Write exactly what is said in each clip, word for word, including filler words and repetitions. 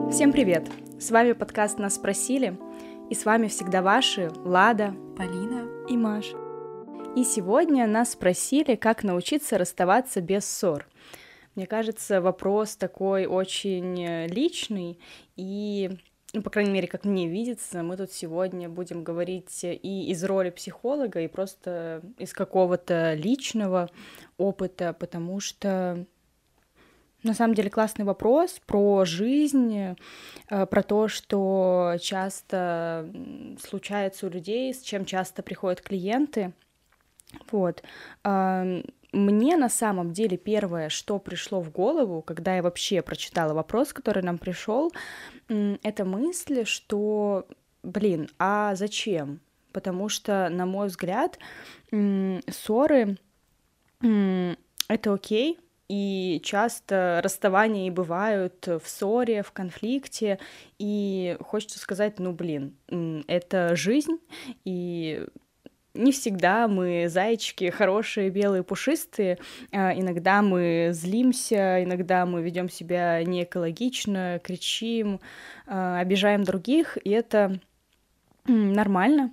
Всем привет! С вами подкаст «Нас спросили», и с вами всегда ваши Лада, Полина и Маша. И сегодня нас спросили, как научиться расставаться без ссор. Мне кажется, вопрос такой очень личный, и, ну, по крайней мере, как мне видится, мы тут сегодня будем говорить и из роли психолога, и просто из какого-то личного опыта, потому что на самом деле классный вопрос про жизнь, про то, что часто случается у людей, с чем часто приходят клиенты. Вот. Мне на самом деле первое, что пришло в голову, когда я вообще прочитала вопрос, который нам пришел, это мысль, что, блин, а зачем? Потому что, на мой взгляд, ссоры — это окей, и часто расставания и бывают в ссоре, в конфликте, и хочется сказать, ну, блин, это жизнь, и не всегда мы зайчики хорошие, белые, пушистые, иногда мы злимся, иногда мы ведем себя неэкологично, кричим, обижаем других, и это нормально.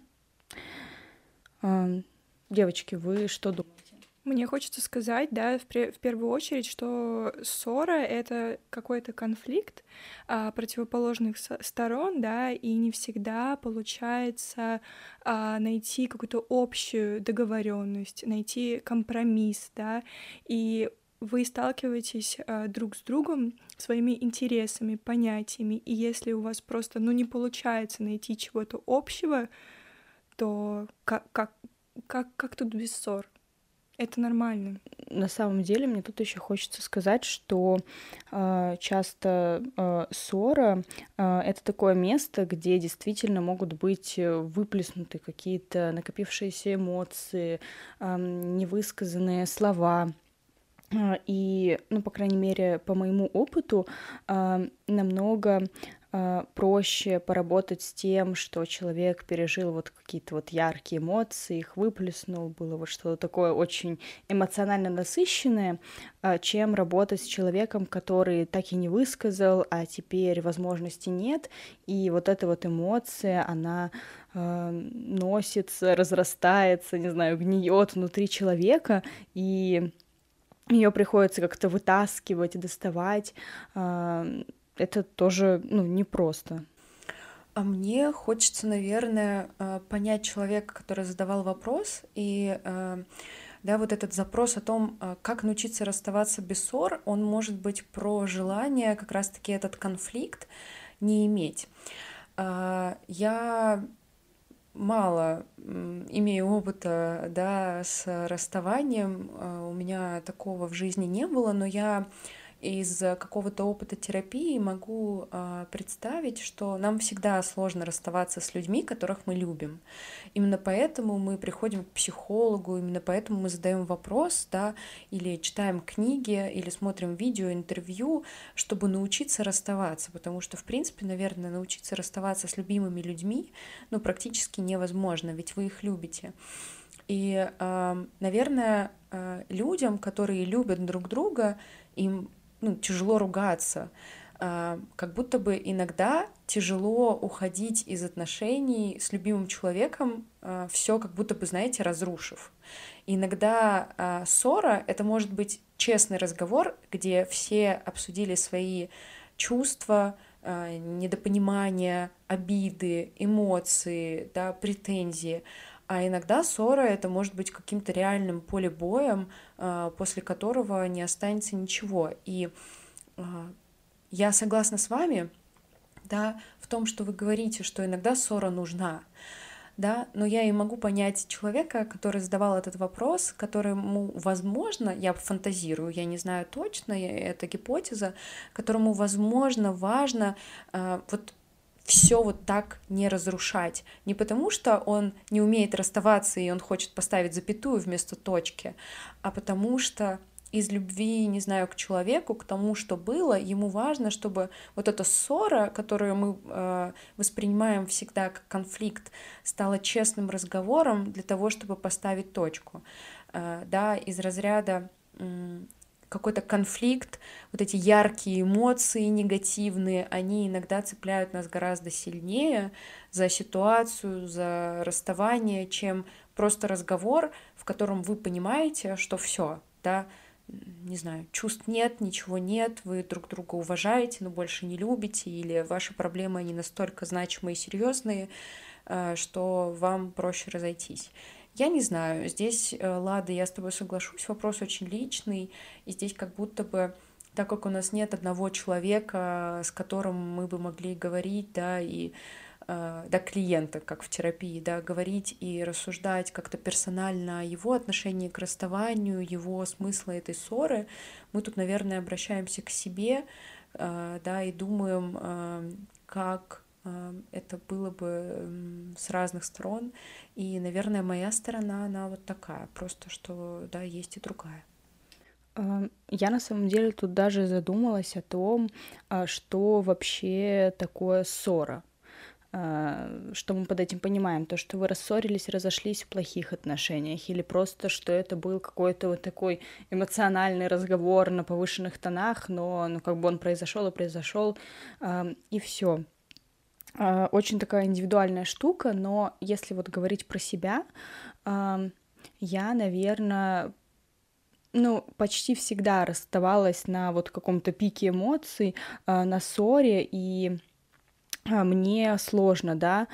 Девочки, вы что думаете? Мне хочется сказать, да, в, пре- в первую очередь, что ссора — это какой-то конфликт а, противоположных со- сторон, да, и не всегда получается а, найти какую-то общую договоренность, найти компромисс, да, и вы сталкиваетесь а, друг с другом своими интересами, понятиями, и если у вас просто, ну, не получается найти чего-то общего, то как, как, как, как тут без ссор? Это нормально. На самом деле, мне тут еще хочется сказать, что э, часто э, ссора э, это такое место, где действительно могут быть выплеснуты какие-то накопившиеся эмоции, э, невысказанные слова. И, ну, по крайней мере, по моему опыту, э, намного э, проще поработать с тем, что человек пережил вот какие-то вот яркие эмоции, их выплеснул, было вот что-то такое очень эмоционально насыщенное, э, чем работать с человеком, который так и не высказал, а теперь возможности нет, и вот эта вот эмоция, она э, носится, разрастается, не знаю, гниет внутри человека, и ее приходится как-то вытаскивать, доставать. Это тоже, ну, непросто. А мне хочется, наверное, понять человека, который задавал вопрос, и да, вот этот запрос о том, как научиться расставаться без ссор, он может быть про желание как раз-таки этот конфликт не иметь. Я мало имею опыта, да, с расставанием, у меня такого в жизни не было, но я из какого-то опыта терапии могу представить, что нам всегда сложно расставаться с людьми, которых мы любим. Именно поэтому мы приходим к психологу, именно поэтому мы задаем вопрос, да, или читаем книги, или смотрим видео, интервью, чтобы научиться расставаться, потому что, в принципе, наверное, научиться расставаться с любимыми людьми, ну, практически невозможно, ведь вы их любите. И, наверное, людям, которые любят друг друга, им ну, тяжело ругаться, как будто бы иногда тяжело уходить из отношений с любимым человеком, все как будто бы, знаете, разрушив. Иногда ссора — это может быть честный разговор, где все обсудили свои чувства, недопонимания, обиды, эмоции, да, претензии. А иногда ссора — это может быть каким-то реальным поле-боем, после которого не останется ничего. И я согласна с вами, да, в том, что вы говорите, что иногда ссора нужна, да, но я и могу понять человека, который задавал этот вопрос, которому, возможно, я фантазирую, я не знаю точно, это гипотеза, которому, возможно, важно вот все вот так не разрушать. Не потому, что он не умеет расставаться и он хочет поставить запятую вместо точки, а потому что из любви, не знаю, к человеку, к тому, что было, ему важно, чтобы вот эта ссора, которую мы э, воспринимаем всегда как конфликт, стала честным разговором для того, чтобы поставить точку. Э, да, из разряда э, какой-то конфликт, вот эти яркие эмоции негативные, они иногда цепляют нас гораздо сильнее за ситуацию, за расставание, чем просто разговор, в котором вы понимаете, что все, да, не знаю, чувств нет, ничего нет, вы друг друга уважаете, но больше не любите, или ваши проблемы, они настолько значимые и серьезные, что вам проще разойтись. Я не знаю, здесь, Лада, я с тобой соглашусь, вопрос очень личный, и здесь как будто бы, так как у нас нет одного человека, с которым мы бы могли говорить, да, и да, клиента, как в терапии, да, говорить и рассуждать как-то персонально о его отношении к расставанию, его смысла этой ссоры, мы тут, наверное, обращаемся к себе, да, и думаем, как это было бы с разных сторон. И, наверное, моя сторона, она вот такая, просто что, да, есть и другая. Я на самом деле тут даже задумалась о том, что вообще такое ссора. Что мы под этим понимаем? То, что вы рассорились, разошлись в плохих отношениях, или просто, что это был какой-то вот такой эмоциональный разговор на повышенных тонах, но ну, как бы он произошел и произошел, и все. Очень такая индивидуальная штука, но если вот говорить про себя, я, наверное, ну, почти всегда расставалась на вот каком-то пике эмоций, на ссоре, и мне сложно, да,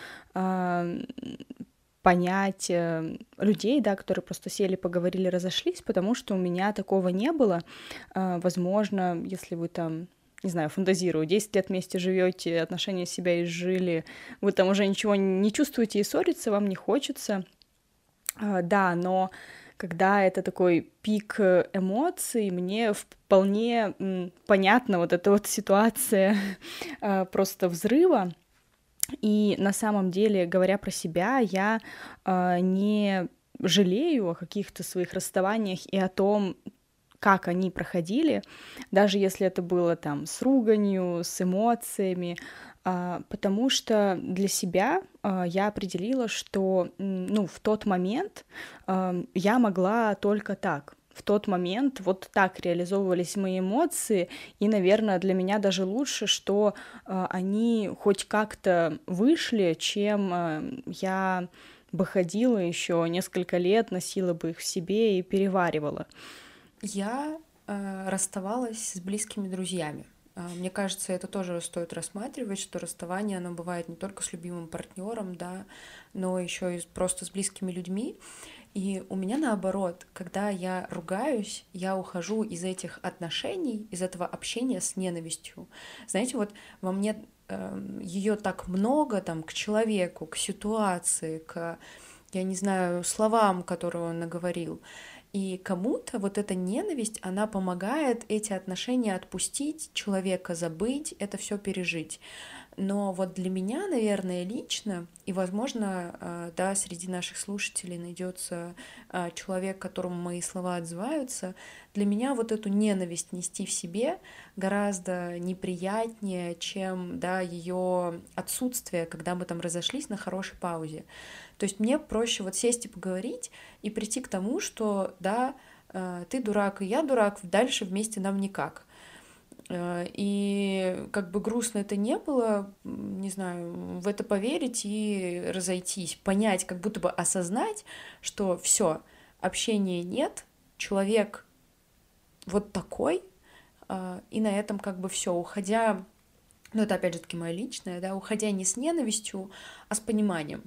понять людей, да, которые просто сели, поговорили, разошлись, потому что у меня такого не было. Возможно, если вы там, не знаю, фантазирую, десять лет вместе живете, отношения себя изжили, вы там уже ничего не чувствуете и ссориться вам не хочется. Да, но когда это такой пик эмоций, мне вполне понятна вот эта вот ситуация просто взрыва. И на самом деле, говоря про себя, я не жалею о каких-то своих расставаниях и о том, как они проходили, даже если это было там с руганью, с эмоциями, потому что для себя я определила, что ну, в тот момент я могла только так. В тот момент вот так реализовывались мои эмоции, и, наверное, для меня даже лучше, что они хоть как-то вышли, чем я бы ходила еще несколько лет, носила бы их в себе и переваривала. Я э, расставалась с близкими друзьями. Мне кажется, это тоже стоит рассматривать, что расставание, оно бывает не только с любимым партнером, да, но еще и просто с близкими людьми. И у меня наоборот, когда я ругаюсь, я ухожу из этих отношений, из этого общения с ненавистью. Знаете, вот во мне э, ее так много там к человеку, к ситуации, к, я не знаю, словам, которые он наговорил. И кому-то вот эта ненависть, она помогает эти отношения отпустить, человека забыть, это все пережить. Но вот для меня, наверное, лично, и, возможно, да, среди наших слушателей найдется человек, которому мои слова отзываются, для меня вот эту ненависть нести в себе гораздо неприятнее, чем, да, ее отсутствие, когда мы там разошлись на хорошей паузе. То есть мне проще вот сесть и поговорить и прийти к тому, что, да, ты дурак, и я дурак, дальше вместе нам никак. И как бы грустно это не было, не знаю, в это поверить и разойтись, понять, как будто бы осознать, что все, общения нет, человек вот такой, и на этом как бы все, уходя, ну это опять же таки мое личное, да, уходя не с ненавистью, а с пониманием.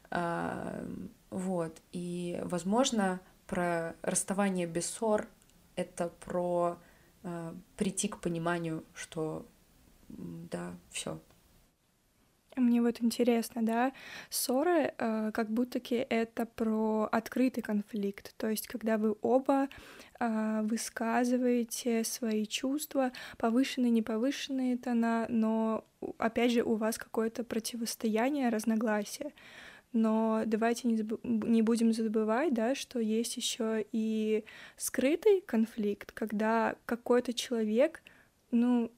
Вот, и, возможно, про расставание без ссор — это про прийти к пониманию, что да, все. Мне вот интересно, да, ссоры э, как будто-ки это про открытый конфликт, то есть когда вы оба э, высказываете свои чувства, повышенные, неповышенные тона, но, опять же, у вас какое-то противостояние, разногласие. Но давайте не, заб... не будем забывать, да, что есть еще и скрытый конфликт, когда какой-то человек, ну,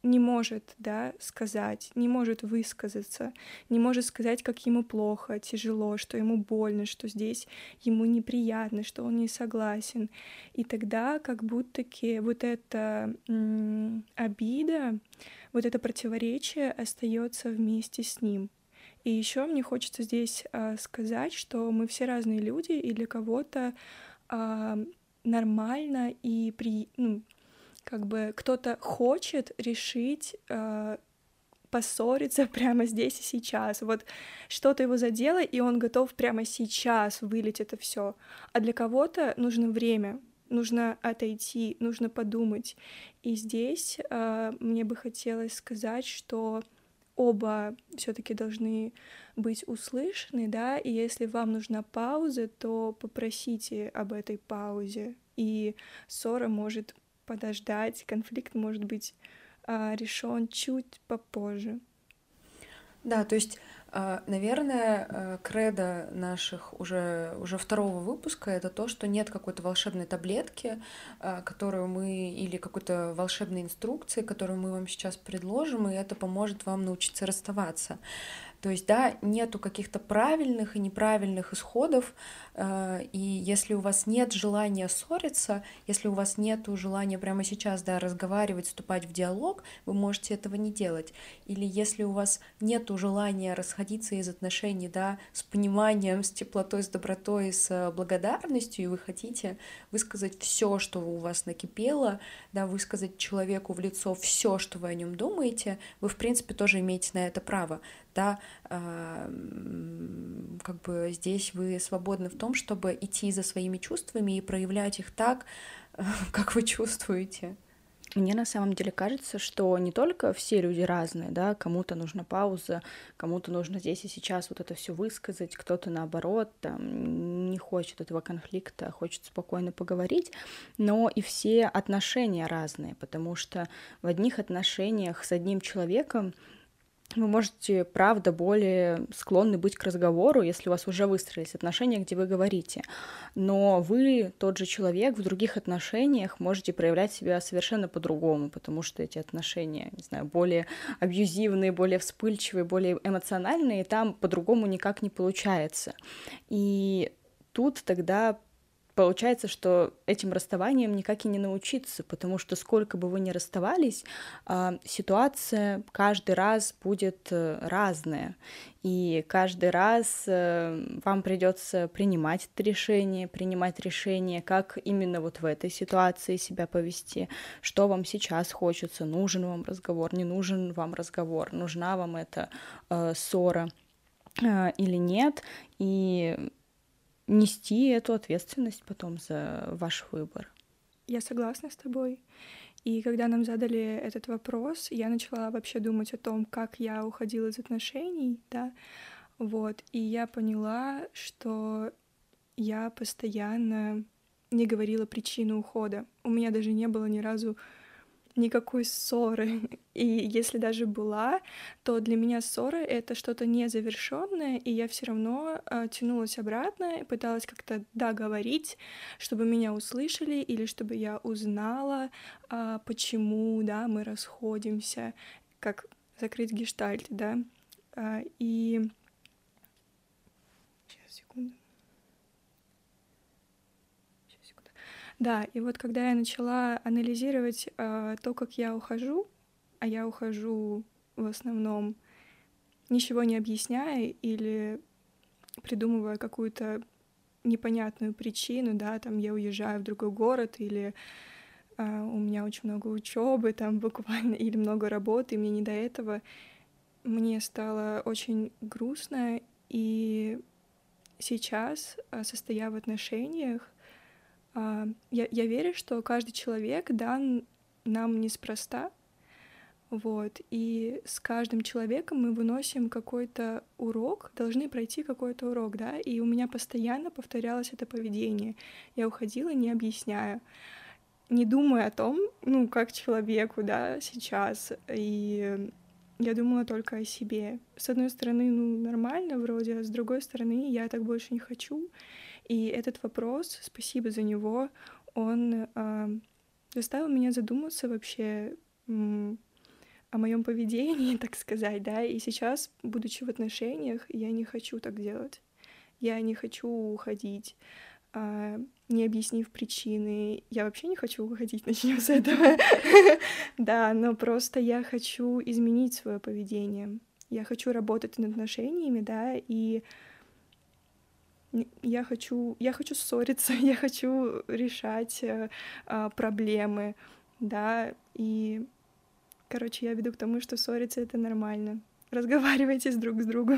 не может, да, сказать, не может высказаться, не может сказать, как ему плохо, тяжело, что ему больно, что здесь ему неприятно, что он не согласен. И тогда как будто-таки вот эта м- обида, вот это противоречие остается вместе с ним. И еще мне хочется здесь а, сказать, что мы все разные люди, и для кого-то а, нормально и при, ну, как бы кто-то хочет решить э, поссориться прямо здесь и сейчас. Вот что-то его задело, и он готов прямо сейчас вылить это все. А для кого-то нужно время, нужно отойти, нужно подумать. И здесь э, мне бы хотелось сказать, что оба все-таки должны быть услышаны, да, и если вам нужна пауза, то попросите об этой паузе, и ссора может подождать, конфликт может быть а, решен чуть попозже. Да, то есть, а, наверное, а, кредо наших уже, уже второго выпуска — это то, что нет какой-то волшебной таблетки, а, которую мы, или какой-то волшебной инструкции, которую мы вам сейчас предложим, и это поможет вам научиться расставаться. То есть, да, нету каких-то правильных и неправильных исходов, и если у вас нет желания ссориться, если у вас нет желания прямо сейчас, да, разговаривать, вступать в диалог, вы можете этого не делать. Или если у вас нет желания расходиться из отношений, да, с пониманием, с теплотой, с добротой, с благодарностью, и вы хотите высказать все, что у вас накипело, да, высказать человеку в лицо все, что вы о нем думаете, вы, в принципе, тоже имеете на это право. Да, как бы здесь вы свободны в том, чтобы идти за своими чувствами и проявлять их так, как вы чувствуете. Мне на самом деле кажется, что не только все люди разные, да, кому-то нужна пауза, кому-то нужно здесь и сейчас вот это все высказать, кто-то наоборот там не хочет этого конфликта, а хочет спокойно поговорить, но и все отношения разные, потому что в одних отношениях с одним человеком вы можете, правда, более склонны быть к разговору, если у вас уже выстроились отношения, где вы говорите. Но вы, тот же человек, в других отношениях можете проявлять себя совершенно по-другому, потому что эти отношения, не знаю, более абьюзивные, более вспыльчивые, более эмоциональные, и там по-другому никак не получается. И тут тогда получается, что этим расставанием никак и не научиться, потому что сколько бы вы ни расставались, ситуация каждый раз будет разная, и каждый раз вам придется принимать это решение, принимать решение, как именно вот в этой ситуации себя повести, что вам сейчас хочется, нужен вам разговор, не нужен вам разговор, нужна вам эта ссора или нет, и нести эту ответственность потом за ваш выбор. Я согласна с тобой. И когда нам задали этот вопрос, я начала вообще думать о том, как я уходила из отношений, да, вот, и я поняла, что я постоянно не говорила причину ухода. У меня даже не было ни разу никакой ссоры. И если даже была, то для меня ссора — это что-то незавершенное, и я все равно э, тянулась обратно и пыталась как-то договорить, чтобы меня услышали или чтобы я узнала, э, почему, да, мы расходимся, как закрыть гештальт, да. Э, и сейчас, секунду. Да, и вот когда я начала анализировать э, то, как я ухожу, а я ухожу в основном ничего не объясняя или придумывая какую-то непонятную причину, да, там я уезжаю в другой город или э, у меня очень много учебы, там буквально, или много работы, и мне не до этого, мне стало очень грустно, и сейчас, состоя в отношениях, Uh, я, я верю, что каждый человек дан нам неспроста, вот, и с каждым человеком мы выносим какой-то урок, должны пройти какой-то урок, да, и у меня постоянно повторялось это поведение. Я уходила, не объясняя, не думая о том, ну, как человеку, да, сейчас, и я думала только о себе. С одной стороны, ну, нормально вроде, а с другой стороны, я так больше не хочу. И этот вопрос, спасибо за него, он э, заставил меня задуматься вообще, м, о моем поведении, так сказать, да, и сейчас, будучи в отношениях, я не хочу так делать. Я не хочу уходить, а, не объяснив причины. Я вообще не хочу уходить, начнем с этого. Да, но просто я хочу изменить свое поведение. Я хочу работать над отношениями, да, и я хочу, я хочу ссориться, я хочу решать э, а, проблемы, да, и, короче, я веду к тому, что ссориться — это нормально. Разговаривайте с друг с другом.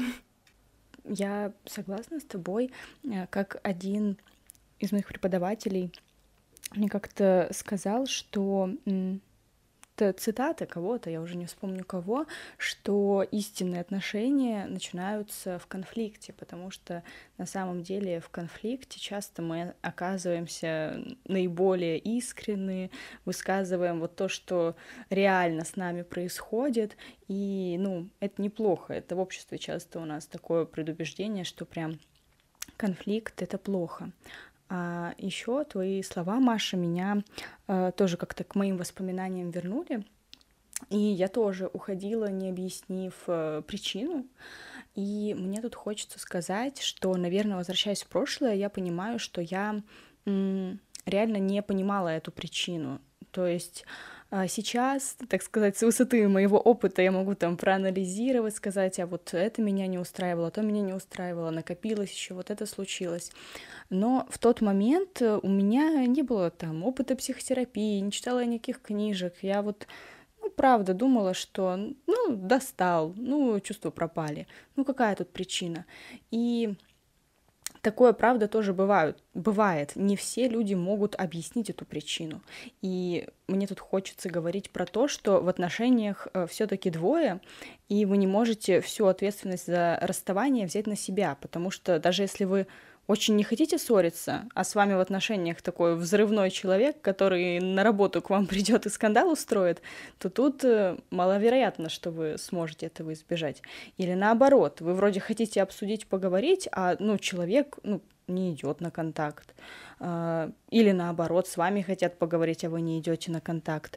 Я согласна с тобой. Э, Как один из моих преподавателей мне как-то сказал, что м, это цитата кого-то, я уже не вспомню кого, что истинные отношения начинаются в конфликте, потому что на самом деле в конфликте часто мы оказываемся наиболее искренны, высказываем вот то, что реально с нами происходит, и, ну, это неплохо, это в обществе часто у нас такое предубеждение, что прям конфликт — это плохо. А еще твои слова, Маша, меня э, тоже как-то к моим воспоминаниям вернули. И я тоже уходила, не объяснив э, причину. И мне тут хочется сказать, что, наверное, возвращаясь в прошлое, я понимаю, что я м, реально не понимала эту причину. То есть а сейчас, так сказать, с высоты моего опыта я могу там проанализировать, сказать, а вот это меня не устраивало, то меня не устраивало, накопилось еще, вот это случилось. Но в тот момент у меня не было там опыта психотерапии, не читала я никаких книжек. Я вот, ну, правда, думала, что, ну, достал, ну, чувства пропали. Ну, какая тут причина? И такое, правда, тоже бывает. бывает. Не все люди могут объяснить эту причину. И мне тут хочется говорить про то, что в отношениях все-таки двое, и вы не можете всю ответственность за расставание взять на себя, потому что даже если вы очень не хотите ссориться, а с вами в отношениях такой взрывной человек, который на работу к вам придет и скандал устроит, то тут маловероятно, что вы сможете этого избежать. Или наоборот, вы вроде хотите обсудить, поговорить, а ну, человек ну, не идет на контакт. Или наоборот, с вами хотят поговорить, а вы не идете на контакт.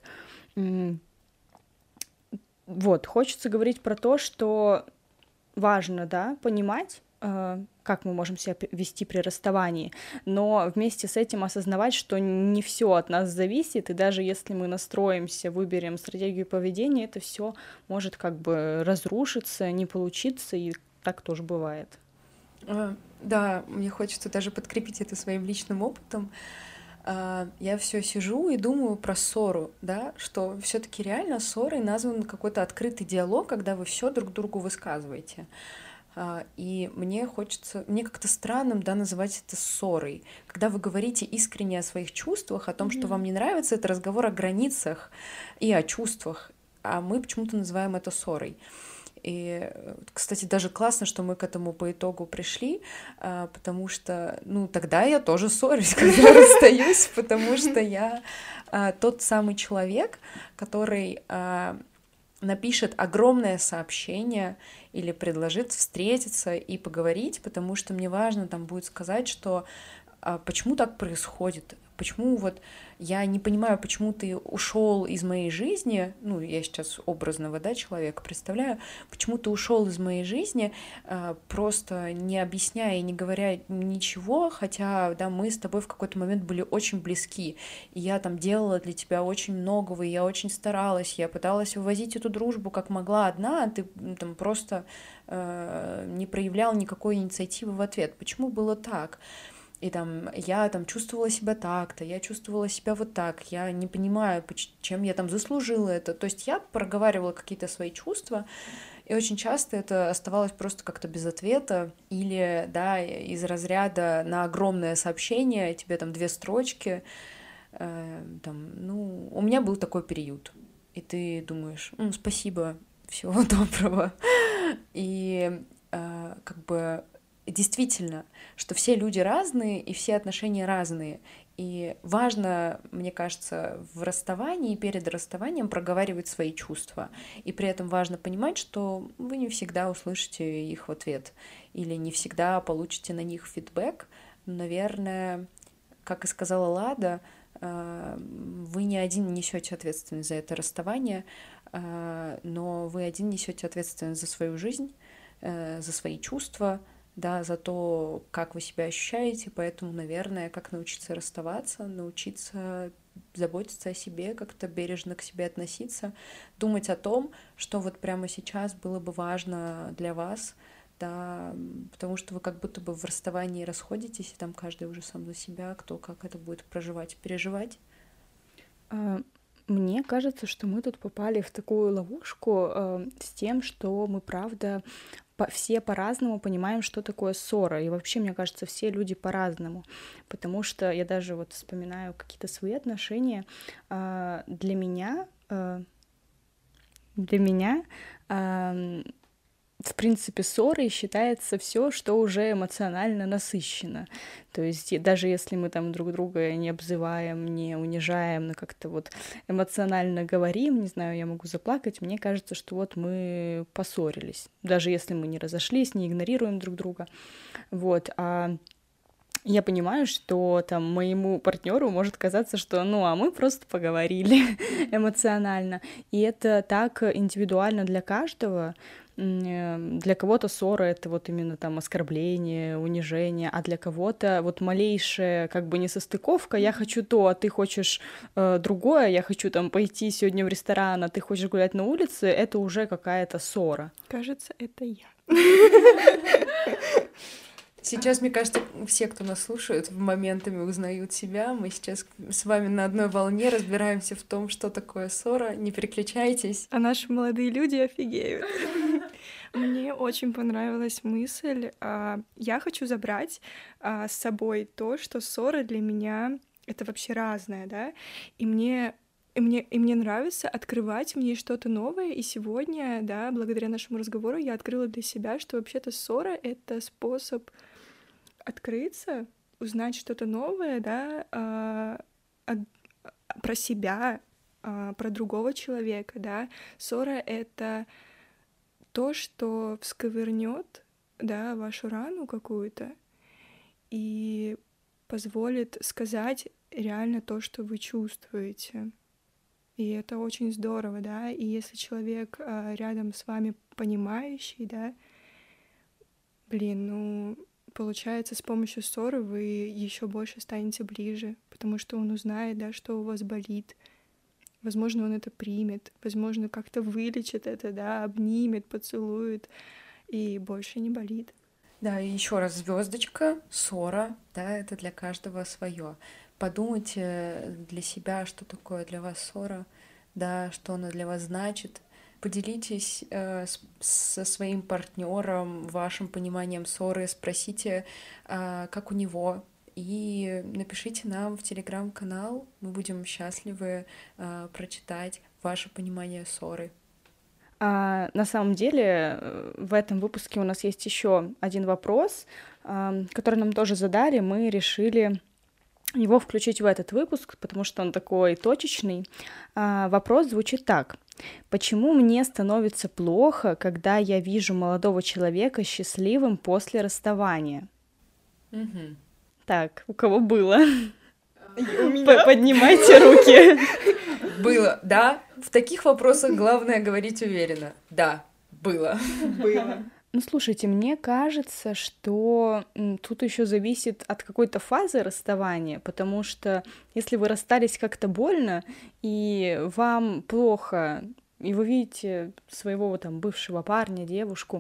Вот, хочется говорить про то, что важно, да, понимать, как мы можем себя вести при расставании, но вместе с этим осознавать, что не все от нас зависит, и даже если мы настроимся, выберем стратегию поведения, это все может как бы разрушиться, не получиться, и так тоже бывает. Да, мне хочется даже подкрепить это своим личным опытом. Я все сижу и думаю про ссору, да, что все-таки реально ссорой назван какой-то открытый диалог, когда вы все друг другу высказываете. И мне хочется, мне как-то странным, да, называть это ссорой. Когда вы говорите искренне о своих чувствах, о том, mm-hmm. что вам не нравится, это разговор о границах и о чувствах, а мы почему-то называем это ссорой. И, кстати, даже классно, что мы к этому по итогу пришли, потому что, ну, тогда я тоже ссорюсь, когда расстаюсь, потому что я тот самый человек, который напишет огромное сообщение или предложит встретиться и поговорить, потому что мне важно там будет сказать, что а, почему так происходит, почему вот я не понимаю, почему ты ушел из моей жизни, ну, я сейчас образного, да, человека представляю, почему ты ушел из моей жизни, просто не объясняя и не говоря ничего, хотя, да, мы с тобой в какой-то момент были очень близки, и я там делала для тебя очень многого, и я очень старалась, я пыталась вывозить эту дружбу как могла одна, а ты там просто э, не проявлял никакой инициативы в ответ. Почему было так? И там я там чувствовала себя так-то, я чувствовала себя вот так, я не понимаю, чем я там заслужила это. То есть я проговаривала какие-то свои чувства, и очень часто это оставалось просто как-то без ответа, или, да, из разряда на огромное сообщение, тебе там две строчки, э, там, ну, у меня был такой период, и ты думаешь, ну, спасибо, всего доброго, и э, как бы действительно, что все люди разные, и все отношения разные. И важно, мне кажется, в расставании и перед расставанием проговаривать свои чувства. И при этом важно понимать, что вы не всегда услышите их в ответ, или не всегда получите на них фидбэк. Наверное, как и сказала Лада, Вы не один несете ответственность за это расставание, но вы один несете ответственность за свою жизнь, за свои чувства, да, за то, как вы себя ощущаете, поэтому, наверное, как научиться расставаться, научиться заботиться о себе, как-то бережно к себе относиться, думать о том, что вот прямо сейчас было бы важно для вас, да, потому что вы как будто бы в расставании расходитесь, и там каждый уже сам за себя, кто как это будет проживать, переживать. Мне кажется, что мы тут попали в такую ловушку э, с тем, что мы, правда, по- все по-разному понимаем, что такое ссора. И вообще, мне кажется, все люди по-разному. Потому что я даже вот вспоминаю какие-то свои отношения. Э, для меня... Э, для меня... Э, в принципе, ссорой считается все, что уже эмоционально насыщено. То есть и даже если мы там друг друга не обзываем, не унижаем, но как-то вот эмоционально говорим, не знаю, я могу заплакать, мне кажется, что вот мы поссорились. Даже если мы не разошлись, не игнорируем друг друга. Вот. А я понимаю, что там моему партнеру может казаться, что ну, а мы просто поговорили эмоционально. И это так индивидуально для каждого. Для кого-то ссора — это вот именно там оскорбление, унижение, а для кого-то вот малейшая как бы несостыковка: я хочу то, а ты хочешь э, другое, я хочу там пойти сегодня в ресторан, а ты хочешь гулять на улице, это уже какая-то ссора. Кажется, это я. Сейчас, мне кажется, все, кто нас слушает, моментами узнают себя. Мы сейчас с вами на одной волне разбираемся в том, что такое ссора. Не переключайтесь. А наши молодые люди офигеют. Мне очень понравилась мысль. Я хочу забрать с собой то, что ссора для меня — это вообще разное, да, и мне И мне, и мне нравится открывать в ней что-то новое, и сегодня, да, благодаря нашему разговору я открыла для себя, что вообще-то ссора — это способ открыться, узнать что-то новое, да, а, а, про себя, а, про другого человека, да. Ссора — это то, что всковырнет, да, вашу рану какую-то и позволит сказать реально то, что вы чувствуете. И это очень здорово, да, и если человек а, рядом с вами понимающий, да, блин, ну, получается, с помощью ссоры вы еще больше станете ближе, потому что он узнает, да, что у вас болит. Возможно, он это примет, возможно, как-то вылечит это, да, обнимет, поцелует, и больше не болит. Да, и еще раз звездочка, ссора, да, это для каждого свое. Подумайте для себя, что такое для вас ссора, да, что она для вас значит. Поделитесь э, с, со своим партнером вашим пониманием ссоры, спросите, э, как у него, и напишите нам в телеграм-канал. Мы будем счастливы э, прочитать ваше понимание ссоры. А, на самом деле в этом выпуске у нас есть еще один вопрос, а, который нам тоже задали. Мы решили его включить в этот выпуск, потому что он такой точечный. А, вопрос звучит так: почему мне становится плохо, когда я вижу молодого человека счастливым после расставания? Угу. Так, у кого было? Поднимайте руки. Было, да. В таких вопросах главное говорить уверенно. Да, было. Было. Ну, слушайте, мне кажется, что тут еще зависит от какой-то фазы расставания, потому что если вы расстались как-то больно, и вам плохо, и вы видите своего там бывшего парня, девушку,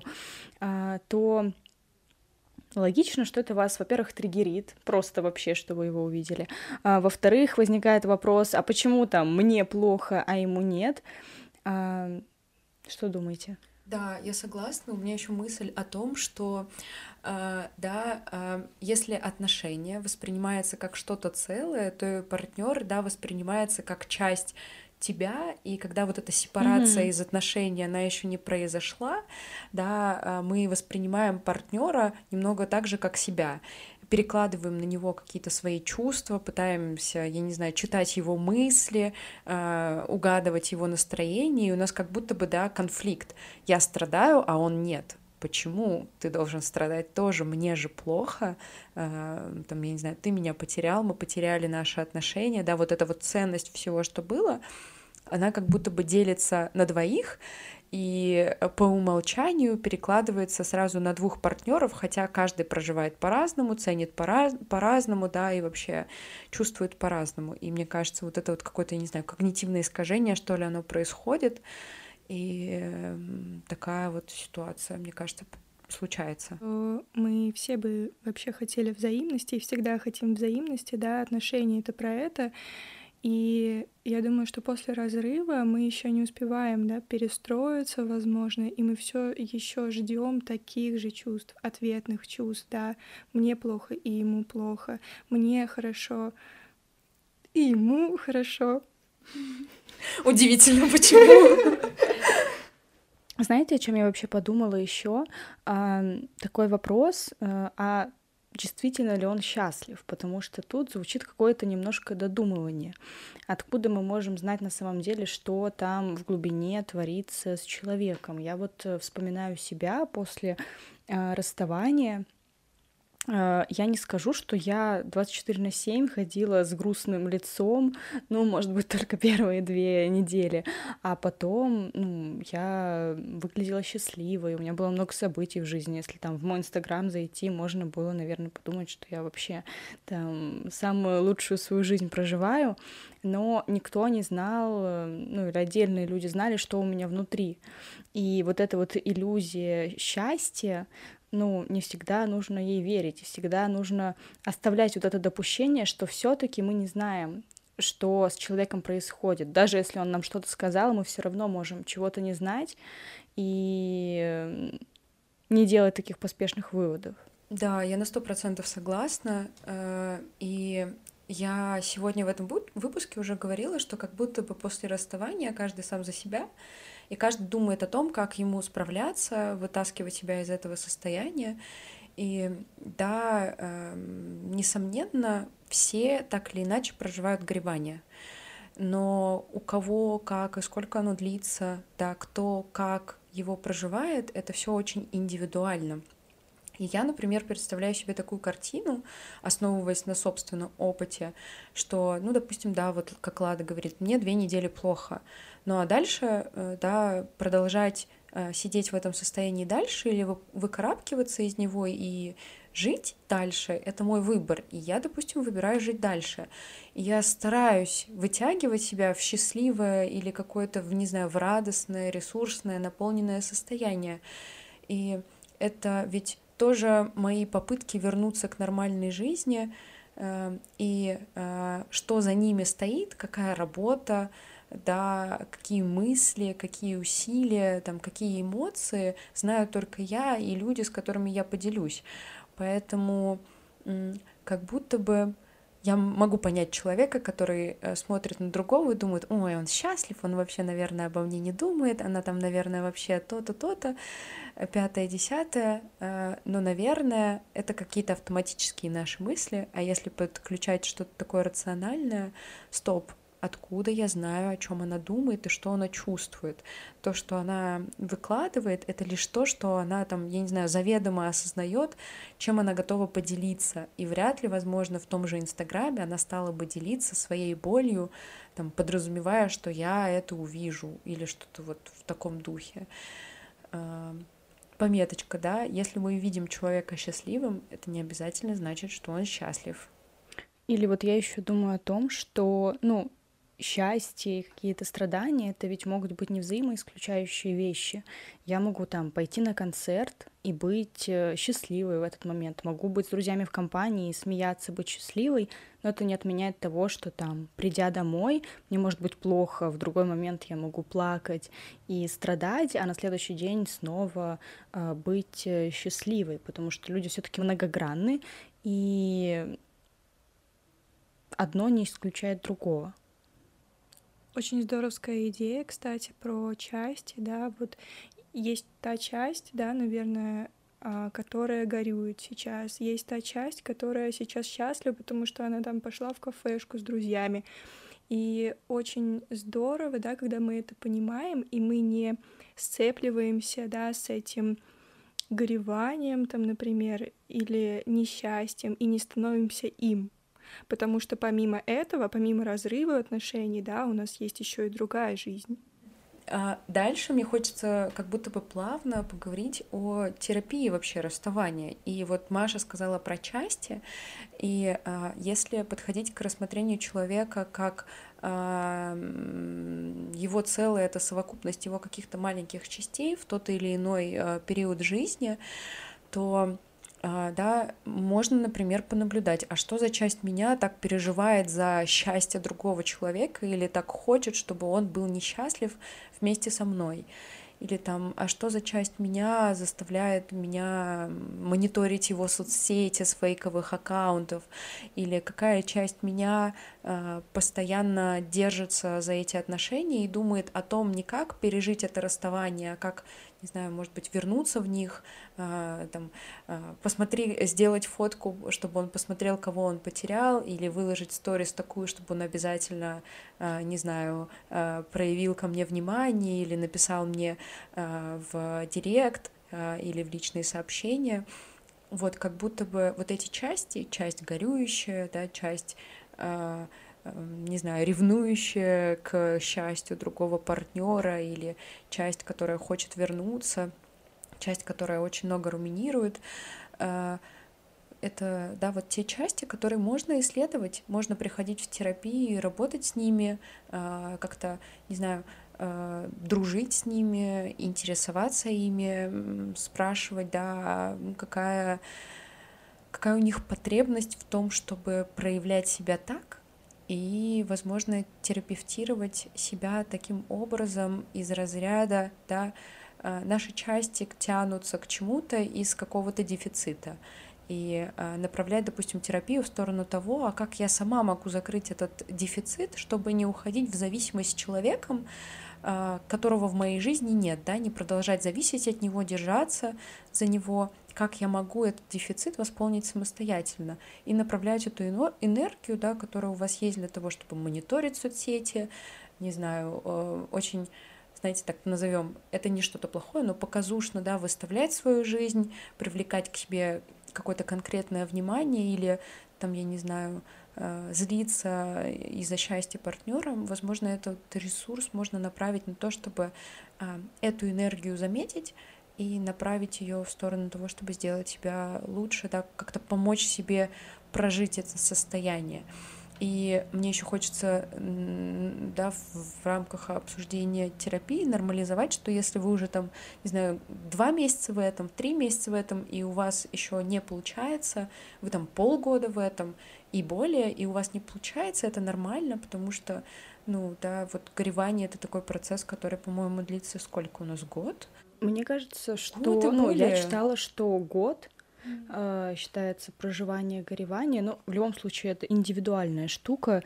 то логично, что это вас, во-первых, триггерит, просто вообще, что вы его увидели. А, во-вторых, возникает вопрос, а почему там мне плохо, а ему нет? А, что думаете? Да, я согласна. У меня еще мысль о том, что э, да, э, если отношения воспринимается как что-то целое, то партнер, да, воспринимается как часть тебя, и когда вот эта сепарация mm-hmm. из отношений, она еще не произошла, да, мы воспринимаем партнера немного так же, как себя, перекладываем на него какие-то свои чувства, пытаемся, я не знаю, читать его мысли, угадывать его настроение, и у нас как будто бы, да, конфликт. Я страдаю, а он нет. почему ты должен страдать тоже, мне же плохо, э, там, я не знаю, ты меня потерял, мы потеряли наши отношения, да, вот эта вот ценность всего, что было, она как будто бы делится на двоих, и по умолчанию перекладывается сразу на двух партнеров, хотя каждый проживает по-разному, ценит пора- по-разному, да, и вообще чувствует по-разному. И мне кажется, вот это вот какое-то, не знаю, когнитивное искажение, что ли, оно происходит, и э, такая вот ситуация, мне кажется, случается. Мы все бы вообще хотели взаимности и всегда хотим взаимности, да, отношения — это про это. И я думаю, что после разрыва мы еще не успеваем, да, перестроиться, возможно, и мы все еще ждем таких же чувств, ответных чувств, да. Мне плохо, и ему плохо. Мне хорошо, и ему хорошо. Удивительно, почему? Знаете, о чем я вообще подумала еще? А, такой вопрос, а действительно ли он счастлив? Потому что тут звучит какое-то немножко додумывание. Откуда мы можем знать на самом деле, что там в глубине творится с человеком? Я вот вспоминаю себя после а, расставания. Я не скажу, что я двадцать четыре на семь ходила с грустным лицом, ну, может быть, только первые две недели, а потом, ну, я выглядела счастливой, у меня было много событий в жизни, если там в мой инстаграм зайти, можно было, наверное, подумать, что я вообще там самую лучшую свою жизнь проживаю, но никто не знал, ну, или отдельные люди знали, что у меня внутри, и вот эта вот иллюзия счастья, ну, не всегда нужно ей верить, и всегда нужно оставлять вот это допущение, что все-таки мы не знаем, что с человеком происходит. Даже если он нам что-то сказал, мы все равно можем чего-то не знать и не делать таких поспешных выводов. Да, я на сто процентов согласна. И я сегодня в этом выпуске уже говорила, что как будто бы после расставания каждый сам за себя, и каждый думает о том, как ему справляться, вытаскивать себя из этого состояния. И да, э, несомненно, все так или иначе проживают горевание. Но у кого, как и сколько оно длится, да, кто как его проживает, это все очень индивидуально. И я, например, представляю себе такую картину, основываясь на собственном опыте, что, ну, допустим, да, вот как Лада говорит, мне две недели плохо, ну а дальше, да, продолжать сидеть в этом состоянии дальше или выкарабкиваться из него и жить дальше, это мой выбор. И я, допустим, выбираю жить дальше. И я стараюсь вытягивать себя в счастливое или какое-то, не знаю, в радостное, ресурсное, наполненное состояние. И это ведь тоже мои попытки вернуться к нормальной жизни, и что за ними стоит, какая работа, да, какие мысли, какие усилия, там, какие эмоции, знаю только я и люди, с которыми я поделюсь. Поэтому как будто бы я могу понять человека, который смотрит на другого и думает, ой, он счастлив, он вообще, наверное, обо мне не думает, она там, наверное, вообще то-то, то-то, пятое, десятое, но, наверное, это какие-то автоматические наши мысли, а если подключать что-то такое рациональное, стоп, откуда я знаю, о чем она думает и что она чувствует. То, что она выкладывает, это лишь то, что она там, я не знаю, заведомо осознает, чем она готова поделиться. И вряд ли, возможно, в том же Инстаграме она стала бы делиться своей болью, там, подразумевая, что я это увижу или что-то вот в таком духе. Пометочка, да, если мы видим человека счастливым, это не обязательно значит, что он счастлив. Или вот я еще думаю о том, что, ну, счастье и какие-то страдания, это ведь могут быть не взаимоисключающие вещи. Я могу там пойти на концерт и быть счастливой в этот момент. Могу быть с друзьями в компании, смеяться, быть счастливой, но это не отменяет того, что там, придя домой, мне может быть плохо, в другой момент я могу плакать и страдать, а на следующий день снова э, быть счастливой, потому что люди все-таки многогранны, и одно не исключает другого. Очень здоровская идея, кстати, про части, да, вот есть та часть, да, наверное, которая горюет сейчас, есть та часть, которая сейчас счастлива, потому что она там пошла в кафешку с друзьями, и очень здорово, да, когда мы это понимаем, и мы не сцепливаемся, да, с этим гореванием, там, например, или несчастьем, и не становимся им. Потому что помимо этого, помимо разрыва отношений, да, у нас есть еще и другая жизнь. А дальше мне хочется как будто бы плавно поговорить о терапии вообще расставания. И вот Маша сказала про части, и а, если подходить к рассмотрению человека как а, его целое — это совокупность его каких-то маленьких частей в тот или иной а, период жизни, то да, можно, например, понаблюдать, а что за часть меня так переживает за счастье другого человека или так хочет, чтобы он был несчастлив вместе со мной. Или там, а что за часть меня заставляет меня мониторить его соцсети с фейковых аккаунтов, или какая часть меня э, постоянно держится за эти отношения и думает о том, не как пережить это расставание, а как, не знаю, может быть, вернуться в них, э, там, э, посмотри, сделать фотку, чтобы он посмотрел, кого он потерял, или выложить сторис такую, чтобы он обязательно, э, не знаю, э, проявил ко мне внимание или написал мне в директ или в личные сообщения. Вот как будто бы вот эти части, часть горюющая, да, часть, не знаю, ревнующая к счастью другого партнера, или часть, которая хочет вернуться, часть, которая очень много руминирует, это, да, вот те части, которые можно исследовать, можно приходить в терапию, работать с ними, как-то, не знаю, дружить с ними, интересоваться ими, спрашивать, да, какая, какая у них потребность в том, чтобы проявлять себя так, и, возможно, терапевтировать себя таким образом из разряда, да, наши части тянутся к чему-то из какого-то дефицита, и направлять, допустим, терапию в сторону того, а как я сама могу закрыть этот дефицит, чтобы не уходить в зависимость с человеком, которого в моей жизни нет, да, не продолжать зависеть от него, держаться за него, как я могу этот дефицит восполнить самостоятельно и направлять эту энергию, да, которая у вас есть для того, чтобы мониторить соцсети, не знаю, очень, знаете, так назовем, это не что-то плохое, но показушно, да, выставлять свою жизнь, привлекать к себе какое-то конкретное внимание или, там, я не знаю, злиться из-за счастья партнера, возможно, этот ресурс можно направить на то, чтобы эту энергию заметить и направить ее в сторону того, чтобы сделать себя лучше, да, как-то помочь себе прожить это состояние. И мне еще хочется, да, в рамках обсуждения терапии нормализовать, что если вы уже там, не знаю, два месяца в этом, три месяца в этом, и у вас еще не получается, вы там полгода в этом и более, и у вас не получается, это нормально, потому что, ну, да, вот горевание — это такой процесс, который, по-моему, длится сколько у нас, год? Мне кажется, что, год и ну, более. Я читала, что год э, считается проживание горевания, но в любом случае это индивидуальная штука,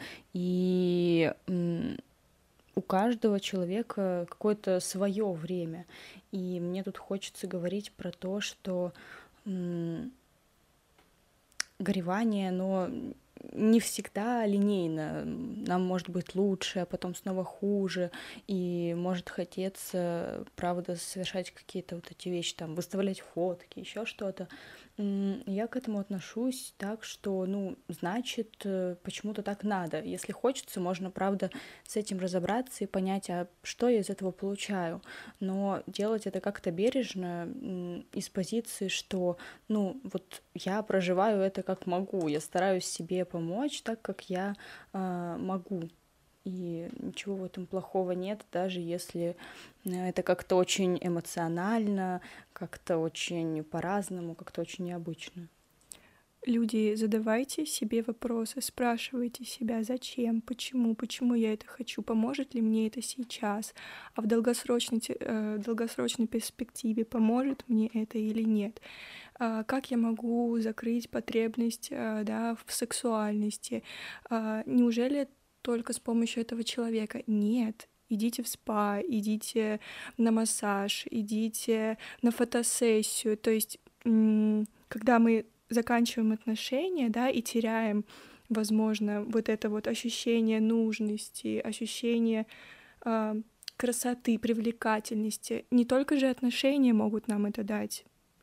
и м, у каждого человека какое-то свое время. И мне тут хочется говорить про то, что м, горевание, оно не всегда линейно. Нам может быть лучше, а потом снова хуже, и может хотеться, правда, совершать какие-то вот эти вещи, там, выставлять фотки, еще что-то. Я к этому отношусь так, что, ну, значит, почему-то так надо. Если хочется, можно, правда, с этим разобраться и понять, а что я из этого получаю. Но делать это как-то бережно, из позиции, что, ну, вот я проживаю это как могу, я стараюсь себе помочь так, как я э, могу. И ничего в этом плохого нет, даже если это как-то очень эмоционально, как-то очень по-разному, как-то очень необычно. Люди, задавайте себе вопросы, спрашивайте себя, зачем, почему, почему я это хочу, поможет ли мне это сейчас, а в долгосрочной, э, долгосрочной перспективе поможет мне это или нет. А, как я могу закрыть потребность, э, да, в сексуальности? А, неужели только с помощью этого человека? Нет. Идите в спа, идите на массаж, идите на фотосессию. То есть, когда мы заканчиваем отношения, да, и теряем, возможно, вот это вот ощущение нужности, ощущение э, красоты, привлекательности, не только же отношения могут нам это дать.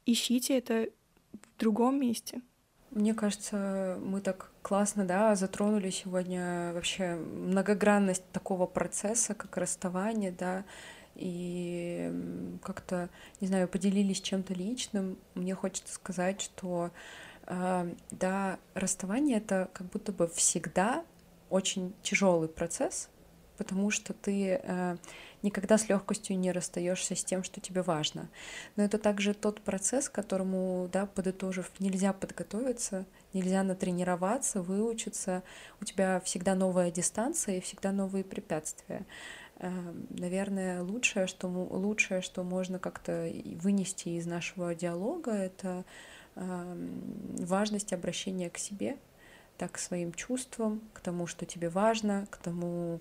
ищите это в другом месте. Мне кажется, мы так классно, да, затронули сегодня вообще многогранность такого процесса, как расставание, да, и как-то, не знаю, поделились чем-то личным. Мне хочется сказать, что, э, да, расставание — это как будто бы всегда очень тяжелый процесс, потому что ты э, никогда с легкостью не расстаешься с тем, что тебе важно. Но это также тот процесс, к которому, да, подытожив, нельзя подготовиться, нельзя натренироваться, выучиться. У тебя всегда новая дистанция и всегда новые препятствия. Э, наверное, лучшее, что, лучшее, что можно как-то вынести из нашего диалога, это э, важность обращения к себе, так к своим чувствам, к тому, что тебе важно, к тому,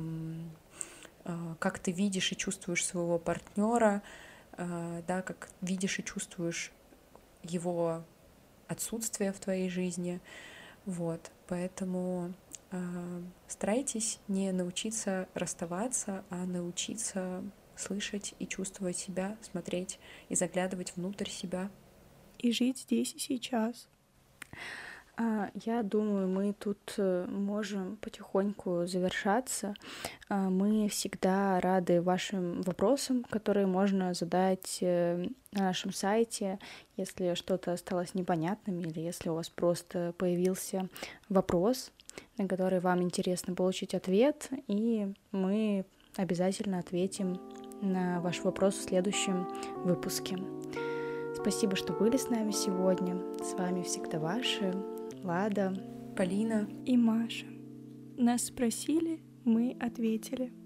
как ты видишь и чувствуешь своего партнера, да, как видишь и чувствуешь его отсутствие в твоей жизни. Вот, поэтому э, старайтесь не научиться расставаться, а научиться слышать и чувствовать себя, смотреть и заглядывать внутрь себя. И жить здесь и сейчас. Я думаю, мы тут можем потихоньку завершаться. Мы всегда рады вашим вопросам, которые можно задать на нашем сайте, если что-то осталось непонятным или если у вас просто появился вопрос, на который вам интересно получить ответ, и мы обязательно ответим на ваш вопрос в следующем выпуске. Спасибо, что были с нами сегодня. С вами всегда ваши Лада, Полина и Маша. Нас спросили, мы ответили.